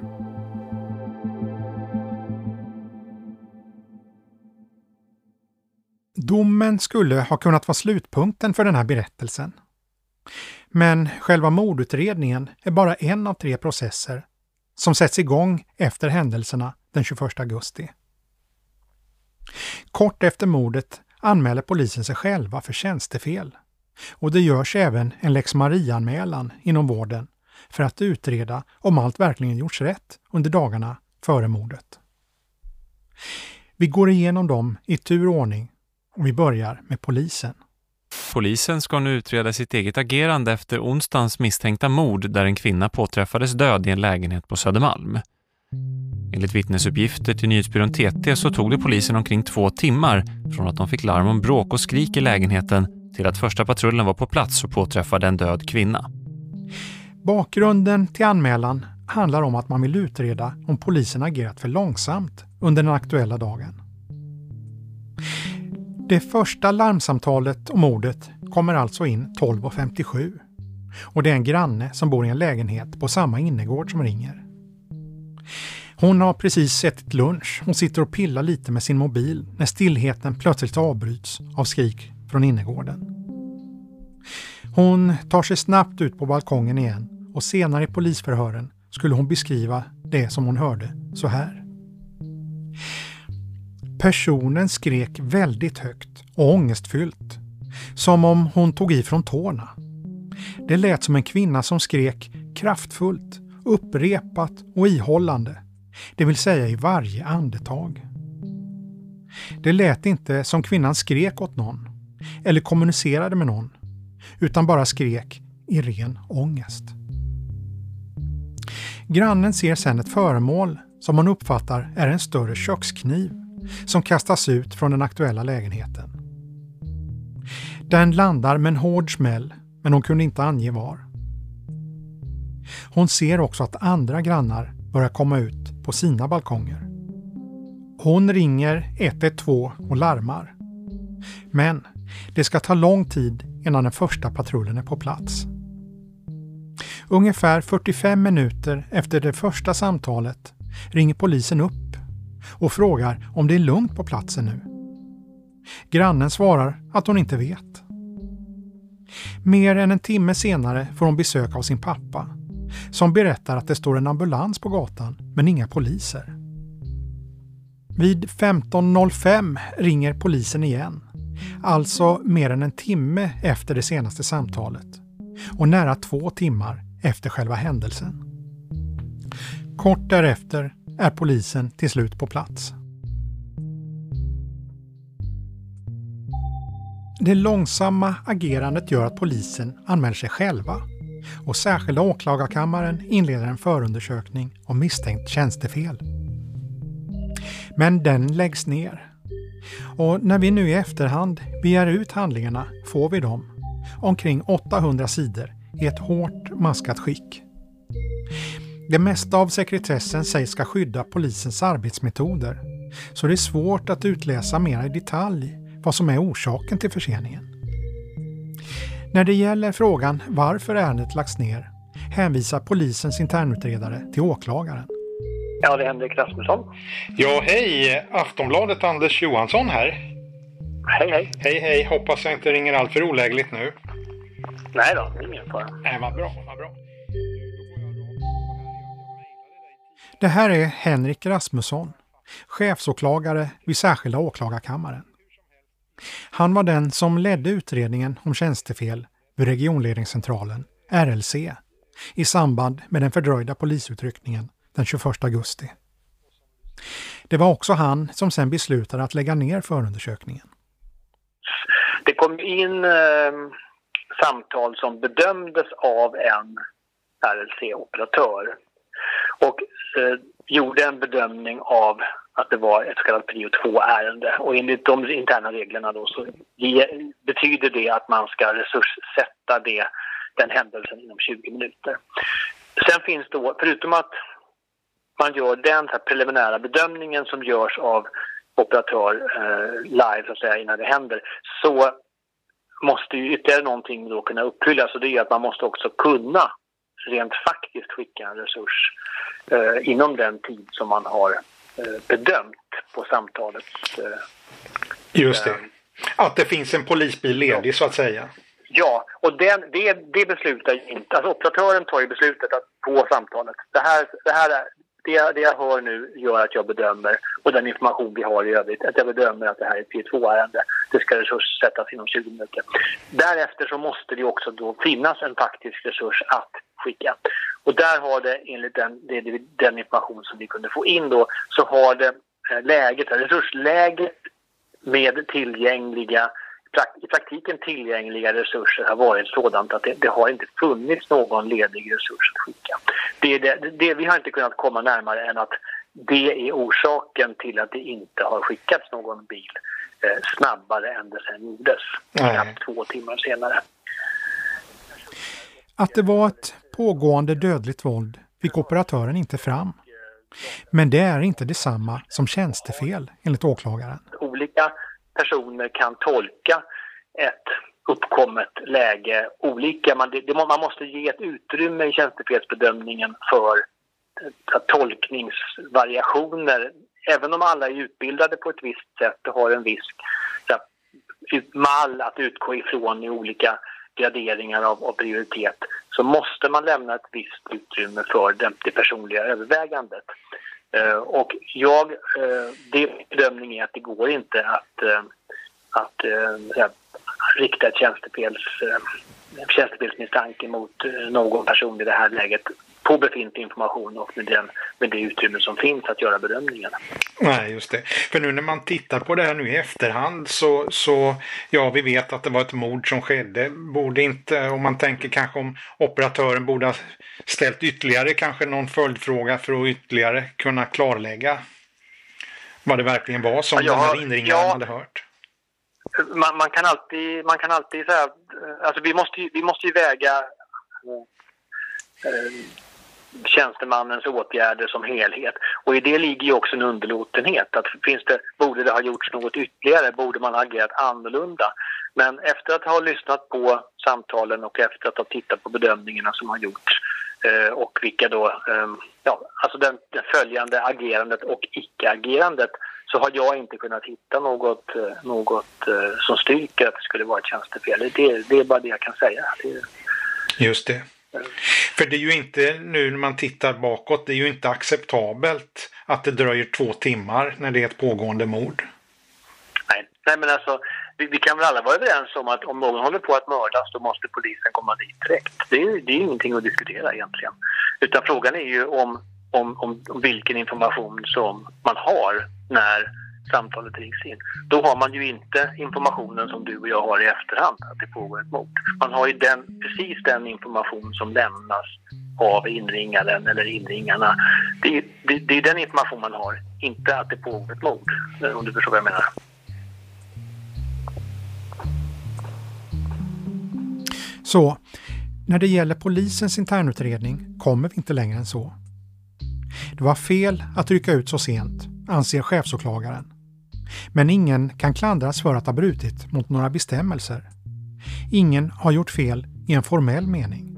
Domen skulle ha kunnat vara slutpunkten för den här berättelsen. Men själva mordutredningen är bara en av 3 processer som sätts igång efter händelserna den 21 augusti. Kort efter mordet anmäler polisen sig själva för tjänstefel. Och det görs även en Lex Maria-anmälan inom vården för att utreda om allt verkligen gjorts rätt under dagarna före mordet. Vi går igenom dem i tur och ordning och vi börjar med polisen. Polisen ska nu utreda sitt eget agerande efter onsdagens misstänkta mord där en kvinna påträffades död i en lägenhet på Södermalm. Enligt vittnesuppgifter till nyhetsbyrån TT så tog det polisen omkring 2 timmar från att de fick larm om bråk och skrik i lägenheten till att första patrullen var på plats och påträffade en död kvinna. Bakgrunden till anmälan handlar om att man vill utreda om polisen agerat för långsamt under den aktuella dagen. Det första larmsamtalet om mordet kommer alltså in 12:57 och det är en granne som bor i en lägenhet på samma innergård som ringer. Hon har precis ätit lunch och sitter och pillar lite med sin mobil när stillheten plötsligt avbryts av skrik från innergården. Hon tar sig snabbt ut på balkongen igen och senare i polisförhören skulle hon beskriva det som hon hörde så här. Personen skrek väldigt högt och ångestfyllt, som om hon tog ifrån tårna. Det lät som en kvinna som skrek kraftfullt, upprepat och ihållande, det vill säga i varje andetag. Det lät inte som kvinnan skrek åt någon eller kommunicerade med någon, utan bara skrek i ren ångest. Grannen ser sedan ett föremål som man uppfattar är en större kökskniv som kastas ut från den aktuella lägenheten. Den landar med en hård smäll, men hon kunde inte ange var. Hon ser också att andra grannar börjar komma ut på sina balkonger. Hon ringer 112 och larmar. Men det ska ta lång tid innan den första patrullen är på plats. Ungefär 45 minuter efter det första samtalet ringer polisen upp och frågar om det är lugnt på platsen nu. Grannen svarar att hon inte vet. Mer än en timme senare får hon besök av sin pappa som berättar att det står en ambulans på gatan men inga poliser. Vid 15.05 ringer polisen igen. Alltså mer än en timme efter det senaste samtalet. Och nära 2 timmar efter själva händelsen. Kort därefter är polisen till slut på plats. Det långsamma agerandet gör att polisen anmäler sig själva. Och särskilda åklagarkammaren inleder en förundersökning om misstänkt tjänstefel. Men den läggs ner. Och när vi nu i efterhand begär ut handlingarna får vi dem. Omkring 800 sidor i ett hårt maskat skick. Det mesta av sekretessen sägs ska skydda polisens arbetsmetoder. Så det är svårt att utläsa mer i detalj vad som är orsaken till förseningen. När det gäller frågan varför ärendet lagts ner hänvisar polisens internutredare till åklagaren. Ja, det är Henrik Rasmusson. Ja, hej! Aftonbladet Anders Johansson här. Hej, hej. Hej, hej. Hoppas jag inte ringer allt för olägligt nu. Nej då, det är ingen fara. Nej, vad bra, vad bra. Det här är Henrik Rasmusson, chefsåklagare vid särskilda åklagarkammaren. Han var den som ledde utredningen om tjänstefel vid regionledningscentralen, RLC, i samband med den fördröjda polisutryckningen den 21 augusti. Det var också han som sen beslutade att lägga ner förundersökningen. Det kom in samtal som bedömdes av en RLC-operatör och gjorde en bedömning av att det var ett så kallat prio 2-ärende. Och enligt de interna reglerna då så betyder det att man ska resurssätta den händelsen inom 20 minuter. Sen finns då, förutom att man gör den här preliminära bedömningen som görs av operatör live så att säga innan det händer, så måste ju ytterligare någonting då kunna uppfyllas, och det är att man måste också kunna rent faktiskt skicka en resurs inom den tid som man har bedömt på samtalet. Just det. Att det finns en polisbil ledig så att säga. Ja, och det beslutar ju inte. Alltså operatören tar ju beslutet på samtalet. Det jag hör nu gör att jag bedömer, och den information vi har i övrigt, att jag bedömer att det här är ett P2-ärende. Det ska resurssättas inom 20 minuter. Därefter så måste det också då finnas en faktisk resurs att skicka. Och där har det, enligt den information som vi kunde få in då, så har det resursläget med i praktiken tillgängliga resurser har varit sådant att det har inte funnits någon ledig resurs att skicka. Vi har inte kunnat komma närmare än att det är orsaken till att det inte har skickats någon bil snabbare än det sen gjordes. Knappt 2 timmar senare. Att det var ett pågående dödligt våld fick operatören inte fram. Men det är inte detsamma som tjänstefel enligt åklagaren. Olika personer kan tolka ett uppkommet läge olika. Man måste ge ett utrymme i tjänstefelsbedömningen för tolkningsvariationer. Även om alla är utbildade på ett visst sätt och har en viss mall att utgå ifrån i olika graderingar av prioritet, så måste man lämna ett visst utrymme för det personliga övervägandet. Och det bedömning är att det går inte att rikta ett tjänstefelsmisstanke mot någon person i det här läget på befintlig information och med det utrymme som finns att göra bedömningen. Nej, just det. För nu när man tittar på det här nu i efterhand så ja, vi vet att det var ett mord som skedde. Borde inte, om man tänker kanske om operatören borde ha ställt ytterligare kanske någon följdfråga för att ytterligare kunna klarlägga vad det verkligen var som den här inringaren hade hört. Man kan alltid säga, alltså vi måste ju väga tjänstemannens åtgärder som helhet, och i det ligger ju också en underlåtenhet. Att borde det ha gjorts något ytterligare, borde man ha agerat annorlunda. Men efter att ha lyssnat på samtalen och efter att ha tittat på bedömningarna som har gjorts och vilka då alltså den följande agerandet och icke-agerandet, så har jag inte kunnat hitta något som styrker att det skulle vara ett tjänstefel. Det är bara det jag kan säga. Just det. För det är ju inte, nu när man tittar bakåt, det är ju inte acceptabelt att det dröjer 2 timmar när det är ett pågående mord. Nej, men alltså, vi kan väl alla vara överens om att om någon håller på att mördas så måste polisen komma dit direkt. Det är ingenting att diskutera egentligen. Utan frågan är ju om vilken information som man har när samtalet rings in. Då har man ju inte informationen som du och jag har i efterhand, att det pågår ett mord. Man har ju precis den information som lämnas av inringaren eller inringarna. Det är den information man har, inte att det pågår ett mord, om du förstår vad jag menar. Så, när det gäller polisens internutredning kommer vi inte längre än så. Det var fel att rycka ut så sent, anser chefsåklagaren. Men ingen kan klandras för att ha brutit mot några bestämmelser. Ingen har gjort fel i en formell mening.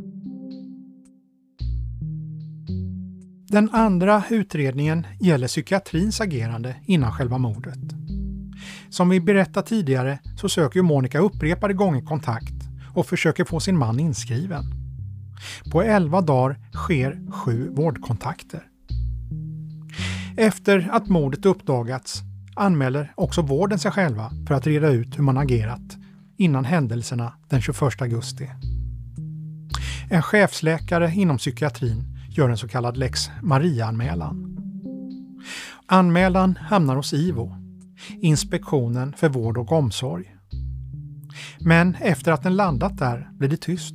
Den andra utredningen gäller psykiatrins agerande innan själva mordet. Som vi berättade tidigare så söker ju Monica upprepade gånger kontakt och försöker få sin man inskriven. På 11 dagar sker 7 vårdkontakter. Efter att mordet uppdagats anmäler också vården sig själva för att reda ut hur man agerat innan händelserna den 21 augusti. En chefsläkare inom psykiatrin gör en så kallad Lex Maria-anmälan. Anmälan hamnar hos IVO, Inspektionen för vård och omsorg. Men efter att den landat där blir det tyst.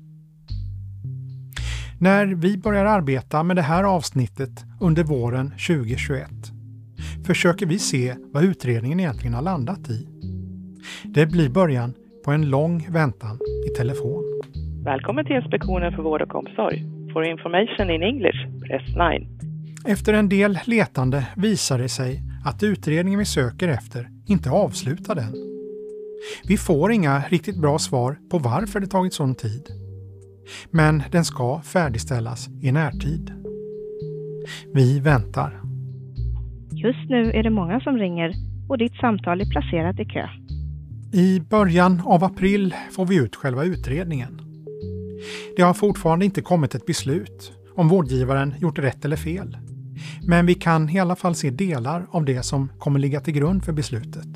När vi börjar arbeta med det här avsnittet under våren 2021 försöker vi se vad utredningen egentligen har landat i. Det blir början på en lång väntan i telefon. Välkommen till Inspektionen för vård och omsorg. For information in English, press 9. Efter en del letande visar det sig att utredningen vi söker efter inte är avslutad än. Vi får inga riktigt bra svar på varför det tagit sån tid. Men den ska färdigställas i närtid. Vi väntar. Just nu är det många som ringer och ditt samtal är placerat i kö. I början av april får vi ut själva utredningen. Det har fortfarande inte kommit ett beslut om vårdgivaren gjort rätt eller fel. Men vi kan i alla fall se delar av det som kommer ligga till grund för beslutet.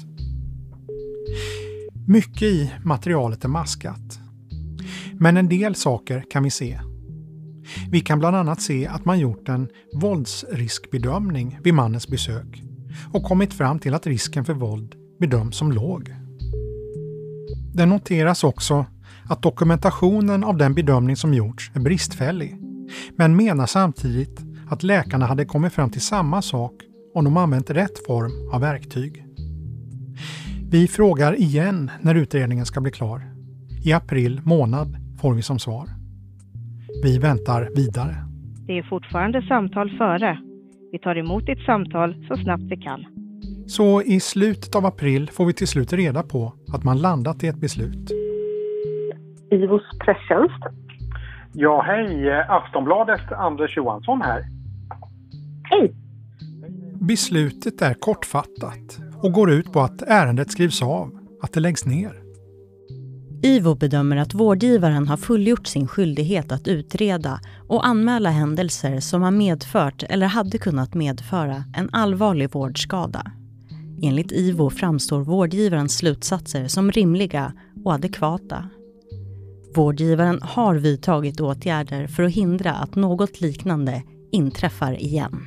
Mycket i materialet är maskat. Men en del saker kan vi se. Vi kan bland annat se att man gjort en våldsriskbedömning vid mannens besök och kommit fram till att risken för våld bedöms som låg. Det noteras också att dokumentationen av den bedömning som gjorts är bristfällig, men menar samtidigt att läkarna hade kommit fram till samma sak om de använt rätt form av verktyg. Vi frågar igen när utredningen ska bli klar. I april månad får vi som svar. Vi väntar vidare. Det är fortfarande samtal före. Vi tar emot ditt samtal så snabbt vi kan. Så i slutet av april får vi till slut reda på att man landat i ett beslut. IVOs presstjänst. Ja, hej. Aftonbladet, Anders Johansson här. Hej. Beslutet är kortfattat och går ut på att ärendet skrivs av, att det läggs ner. IVO bedömer att vårdgivaren har fullgjort sin skyldighet att utreda och anmäla händelser som har medfört eller hade kunnat medföra en allvarlig vårdskada. Enligt IVO framstår vårdgivarens slutsatser som rimliga och adekvata. Vårdgivaren har vidtagit åtgärder för att hindra att något liknande inträffar igen.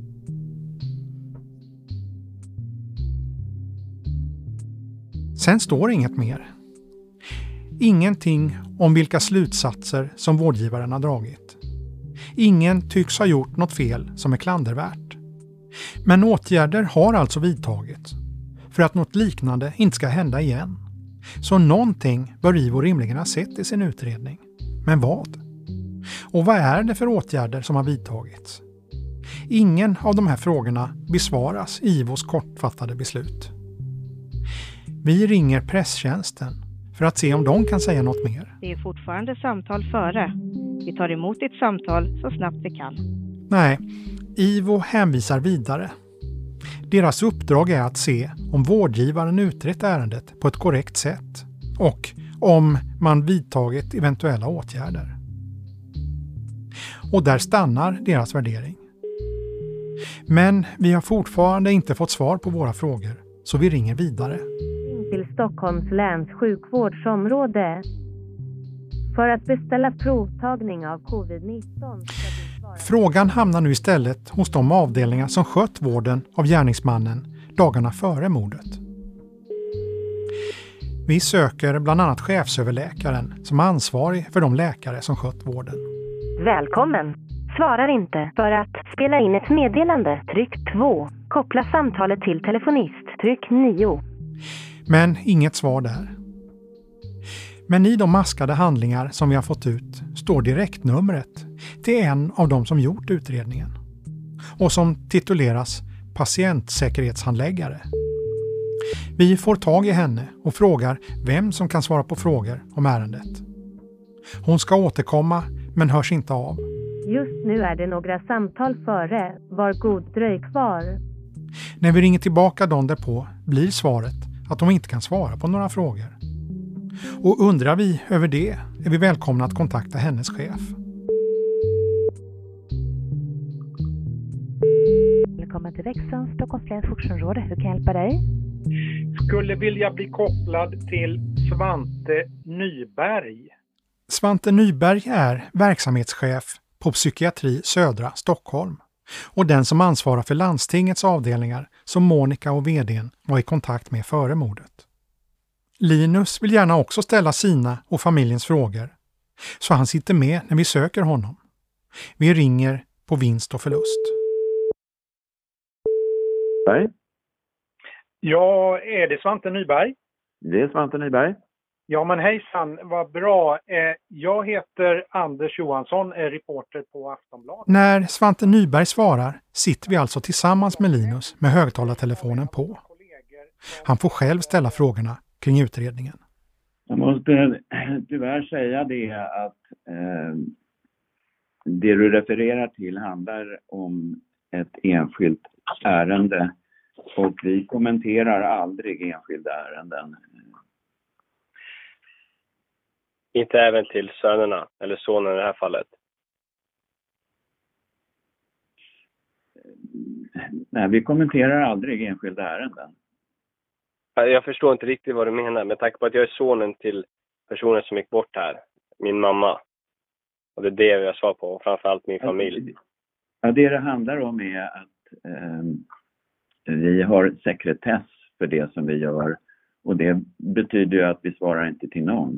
Sen står inget mer. Ingenting om vilka slutsatser som vårdgivaren har dragit. Ingen tycks ha gjort något fel som är klandervärt. Men åtgärder har alltså vidtagits för att något liknande inte ska hända igen. Så någonting bör IVO rimligen ha sett i sin utredning. Men vad? Och vad är det för åtgärder som har vidtagits? Ingen av de här frågorna besvaras i IVOs kortfattade beslut. Vi ringer presstjänsten för att se om de kan säga något mer. Det är fortfarande samtal före. Vi tar emot ditt samtal så snabbt vi kan. Nej, IVO hänvisar vidare. Deras uppdrag är att se om vårdgivaren utrett ärendet på ett korrekt sätt och om man vidtagit eventuella åtgärder. Och där stannar deras värdering. Men vi har fortfarande inte fått svar på våra frågor, så vi ringer vidare. Till Stockholms läns sjukvårdsområde. För att beställa provtagning av covid-19. Frågan hamnar nu istället hos de avdelningar som skött vården av gärningsmannen dagarna före mordet. Vi söker bland annat chefsöverläkaren som är ansvarig för de läkare som skött vården. Välkommen. Svarar inte. För att spela in ett meddelande, tryck 2. Koppla samtalet till telefonist, tryck 9. Men inget svar där. Men i de maskade handlingar som vi har fått ut står direktnumret till en av de som gjort utredningen. Och som tituleras patientsäkerhetshandläggare. Vi får tag i henne och frågar vem som kan svara på frågor om ärendet. Hon ska återkomma men hörs inte av. Just nu är det några samtal före. Var god, dröj kvar. När vi ringer tillbaka dagen därpå blir svaret att de inte kan svara på några frågor. Och undrar vi över det är vi välkomna att kontakta hennes chef. Välkommen till Växjön, Stockholms läns sjukvårdsområde. Hur kan jag hjälpa dig? Skulle vilja bli kopplad till Svante Nyberg. Svante Nyberg är verksamhetschef på psykiatri södra Stockholm och den som ansvarar för landstingets avdelningar som Monica och vdn var i kontakt med före mordet. Linus vill gärna också ställa sina och familjens frågor, så han sitter med när vi söker honom. Vi ringer på vinst och förlust. Nej. Ja, är det Svante Nyberg? Det är Svante Nyberg. Ja, men hejsan, vad bra. Jag heter Anders Johansson, är reporter på Aftonbladet. När Svante Nyberg svarar sitter vi alltså tillsammans med Linus med högtalartelefonen på. Han får själv ställa frågorna kring utredningen. Jag måste tyvärr säga det att det du refererar till handlar om ett enskilt ärende och vi kommenterar aldrig enskilda ärenden. Inte även till sönerna eller sonen i det här fallet? Nej, vi kommenterar aldrig enskilda ärenden. Jag förstår inte riktigt vad du menar med tanke på att jag är sonen till personen som gick bort här. Min mamma. Och det är det jag svar på, och framförallt min familj. Ja, det handlar om är att vi har sekretess för det som vi gör. Och det betyder ju att vi svarar inte till någon.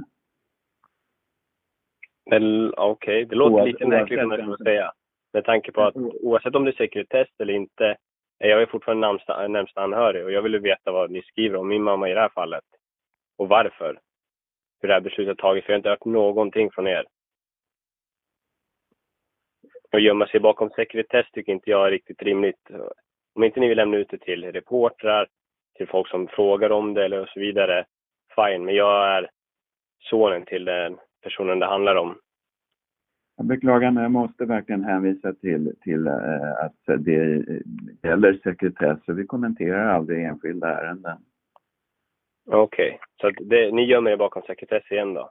Okej, det låter lite märkligt om jag skulle säga. Med tanke på att oavsett om det är sekretess eller inte, är jag fortfarande närmsta anhörig. Och jag vill ju veta vad ni skriver om min mamma i det här fallet. Och varför. Hur det här beslutet tagits. För jag har inte hört någonting från er. Och gömma sig bakom sekretess tycker inte jag är riktigt rimligt. Om inte ni vill lämna ut det till reportrar, till folk som frågar om det eller och så vidare. Fine, men jag är sonen till den personen det handlar om. Jag beklagar, men jag måste verkligen hänvisa till att det gäller sekretess. Så vi kommenterar aldrig enskilda ärenden. Okej, så ni gömmer er bakom sekretess igen då?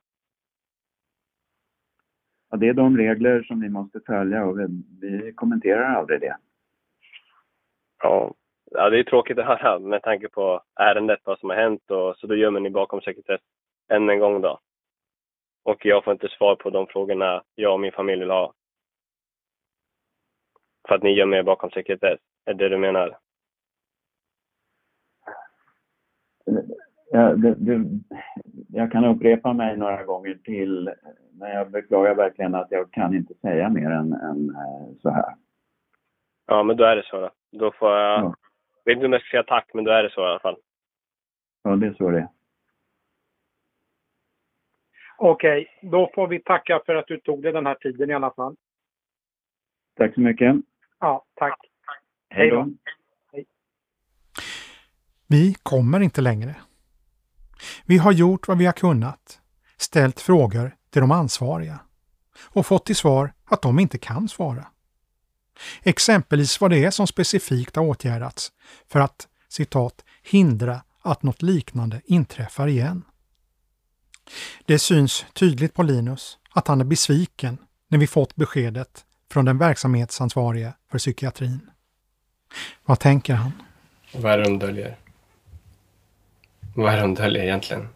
Ja, det är de regler som vi måste följa och vi kommenterar aldrig det. Ja, det är tråkigt att höra med tanke på ärendet, vad som har hänt. Och så då gömmer ni bakom sekretess än en gång då. Och jag får inte svar på de frågorna jag och min familj vill ha. För att ni gömmer er bakom sekretess. Är det du menar? Jag kan upprepa mig några gånger till. Men jag beklagar verkligen att jag kan inte säga mer än så här. Ja, men då är det så då. Då får jag... Ja. Jag vet inte om jag ska säga tack, men då är det så i alla fall. Ja, det är så det är. Okej, då får vi tacka för att du tog dig den här tiden i alla fall. Tack så mycket. Ja, tack. Hej då. Hej. Vi kommer inte längre. Vi har gjort vad vi har kunnat, ställt frågor till de ansvariga och fått till svar att de inte kan svara. Exempelvis vad det är som specifikt har åtgärdats för att, citat, hindra att något liknande inträffar igen. Det syns tydligt på Linus att han är besviken när vi fått beskedet från den verksamhetsansvarige för psykiatrin. Vad tänker han? Vad är det de döljer? Vad är det de döljer egentligen?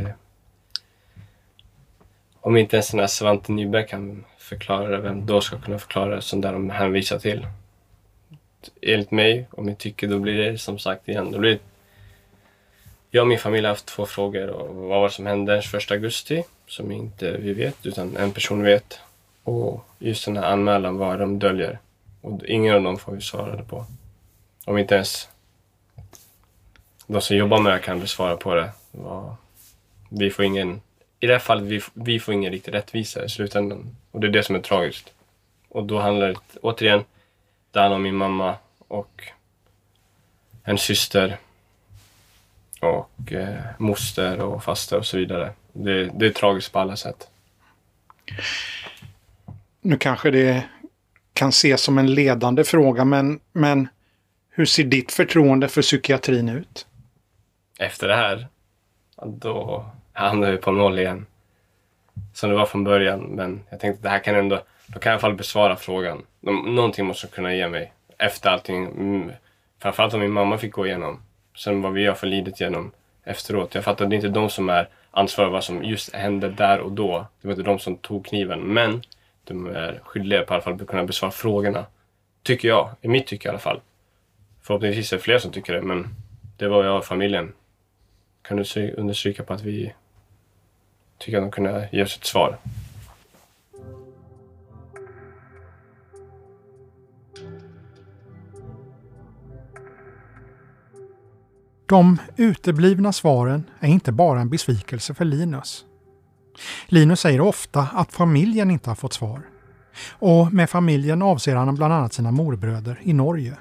Om inte ens den här Svante Nyberg kan förklara det, vem då ska kunna förklara det som där de hänvisar till? Enligt mig, om jag tycker, då blir det som sagt igen. Då blir det... Jag och min familj har haft 2 frågor. Och vad var det som hände den 1 augusti? Som inte vi vet, utan en person vet. Och just den här anmälan, vad de döljer. Och ingen av dem får vi svara på. Om inte ens de som jobbar med det kan besvara på det. Vi får ingen... I det här fallet, vi får ingen riktig rättvisa i slutändan. Och det är det som är tragiskt. Och då handlar det återigen, det handlar om min mamma och en syster och moster och faster och så vidare. Det är tragiskt på alla sätt. Nu kanske det kan ses som en ledande fråga, men hur ser ditt förtroende för psykiatrin ut? Efter det här, då hamnar vi på 0 igen. Som det var från början, men jag tänkte att det här kan ändå, då kan jag i alla fall besvara frågan. Någonting måste kunna ge mig efter allting. Framförallt om min mamma fick gå igenom. Sen vad vi har förlidit igenom efteråt. Jag fattar att det är inte de som är ansvariga för vad som just hände där och då. Det var inte de som tog kniven, men de är skyldiga på alla fall att kunna besvara frågorna. Tycker jag, i mitt tycke i alla fall. Förhoppningsvis är det fler som tycker det, men det var jag och familjen. Kan du understryka på att vi tycker att de kunde ge oss ett svar? De uteblivna svaren är inte bara en besvikelse för Linus. Linus säger ofta att familjen inte har fått svar. Och med familjen avser han bland annat sina morbröder i Norge.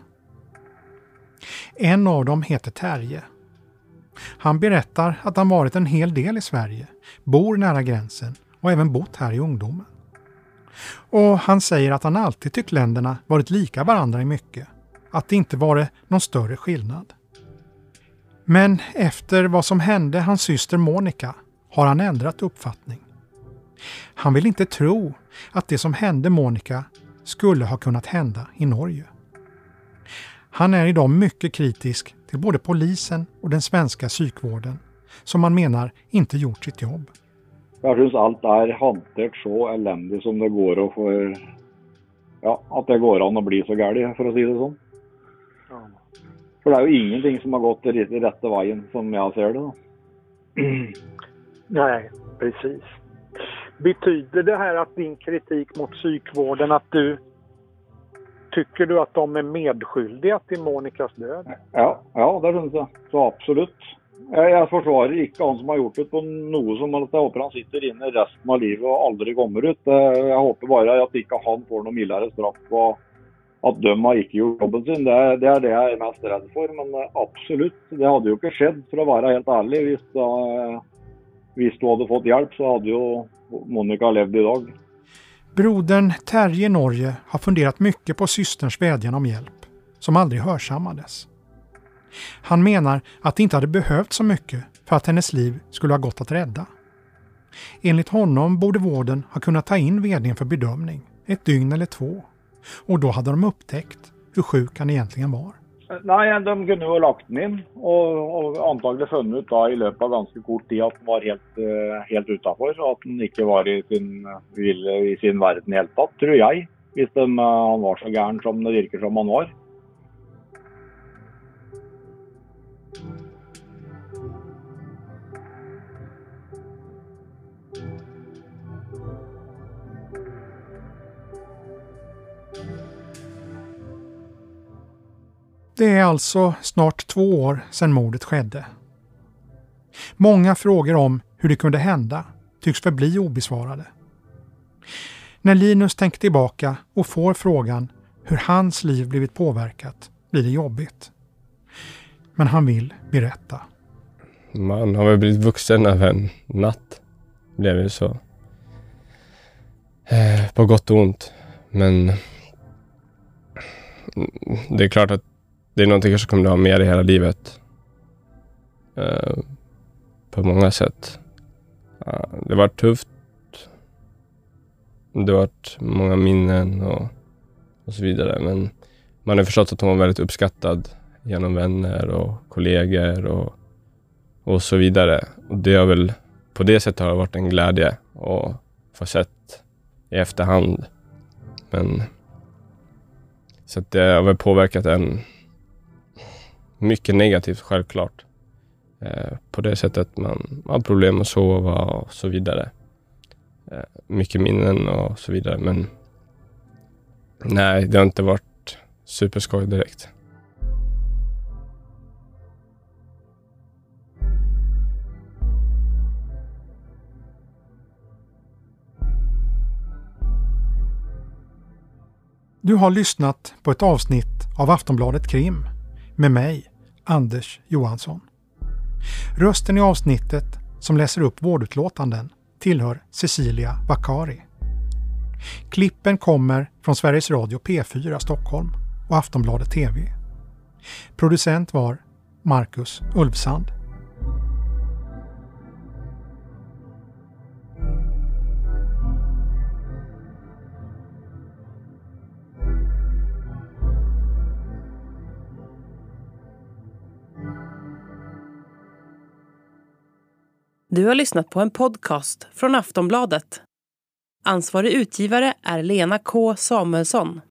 En av dem heter Terje. Han berättar att han varit en hel del i Sverige, bor nära gränsen och även bott här i ungdomen. Och han säger att han alltid tyckt länderna varit lika varandra i mycket, att det inte varit någon större skillnad. Men efter vad som hände hans syster Monica har han ändrat uppfattning. Han vill inte tro att det som hände Monica skulle ha kunnat hända i Norge. Han är idag mycket kritisk till både polisen och den svenska psykvården som man menar inte gjort sitt jobb. Jag syns allt är hanterat så eländigt som det går att få, att det går an att bli så gärlig, för att säga det så. Ja. För det är ju ingenting som har gått i rätta vägen som jag ser det då. Nej, precis. Betyder det här att din kritik mot psykvården att tycker du att de är medskyldiga till Monikas död? Ja, det syns jag. Så absolut. Jag försvarar inte han som har gjort det på något som att jag hoppas han sitter inne resten av livet och aldrig kommer ut. Jag hoppas bara att inte han får någon mildare straff och att de har inte gjort jobben sin. Det är det jag är mest rädd för, men absolut. Det hade ju inte skett, för att vara helt ärlig. Hvis du hade fått hjälp så hade ju Monica levt idag. Brodern Terje Norge har funderat mycket på systerns vädjan om hjälp, som aldrig hörsammades. Han menar att det inte hade behövt så mycket för att hennes liv skulle ha gått att rädda. Enligt honom borde vården ha kunnat ta in vdn för bedömning, 1 dygn eller 2. Och då hade de upptäckt hur sjuk han egentligen var. Nej, de kunde ju ha lagt den in och antagligen funnit ut då i löpet av ganska kort tid att den var helt utanför, så att den inte var i sin världen helt tatt, tror jag. Hvis han var så gärn som det virker som han var. Det är alltså snart 2 år sedan mordet skedde. Många frågor om hur det kunde hända tycks förbli obesvarade. När Linus tänker tillbaka och får frågan hur hans liv blivit påverkat blir det jobbigt. Men han vill berätta. Man har väl blivit vuxen av en natt. Blev det så. På gott och ont. Men det är klart att det är någonting som kommer att ha med i hela livet. På många sätt. Det var tufft. det har varit många minnen och så vidare. Men man har förstått att hon var väldigt uppskattad genom vänner och kollegor och så vidare. Och det har väl på det sättet har varit en glädje att få sett i efterhand. Men så att det har väl påverkat en mycket negativt självklart. På det sättet man har problem att sova och så vidare. Mycket minnen och så vidare. Men nej, det har inte varit superskoj direkt. Du har lyssnat på ett avsnitt av Aftonbladet Krim med mig, Anders Johansson. Rösten i avsnittet som läser upp vårdutlåtanden tillhör Cecilia Vakari. Klippen kommer från Sveriges Radio P4 Stockholm och Aftonbladet TV. Producent var Marcus Ulfsand. Du har lyssnat på en podcast från Aftonbladet. Ansvarig utgivare är Lena K. Samuelsson.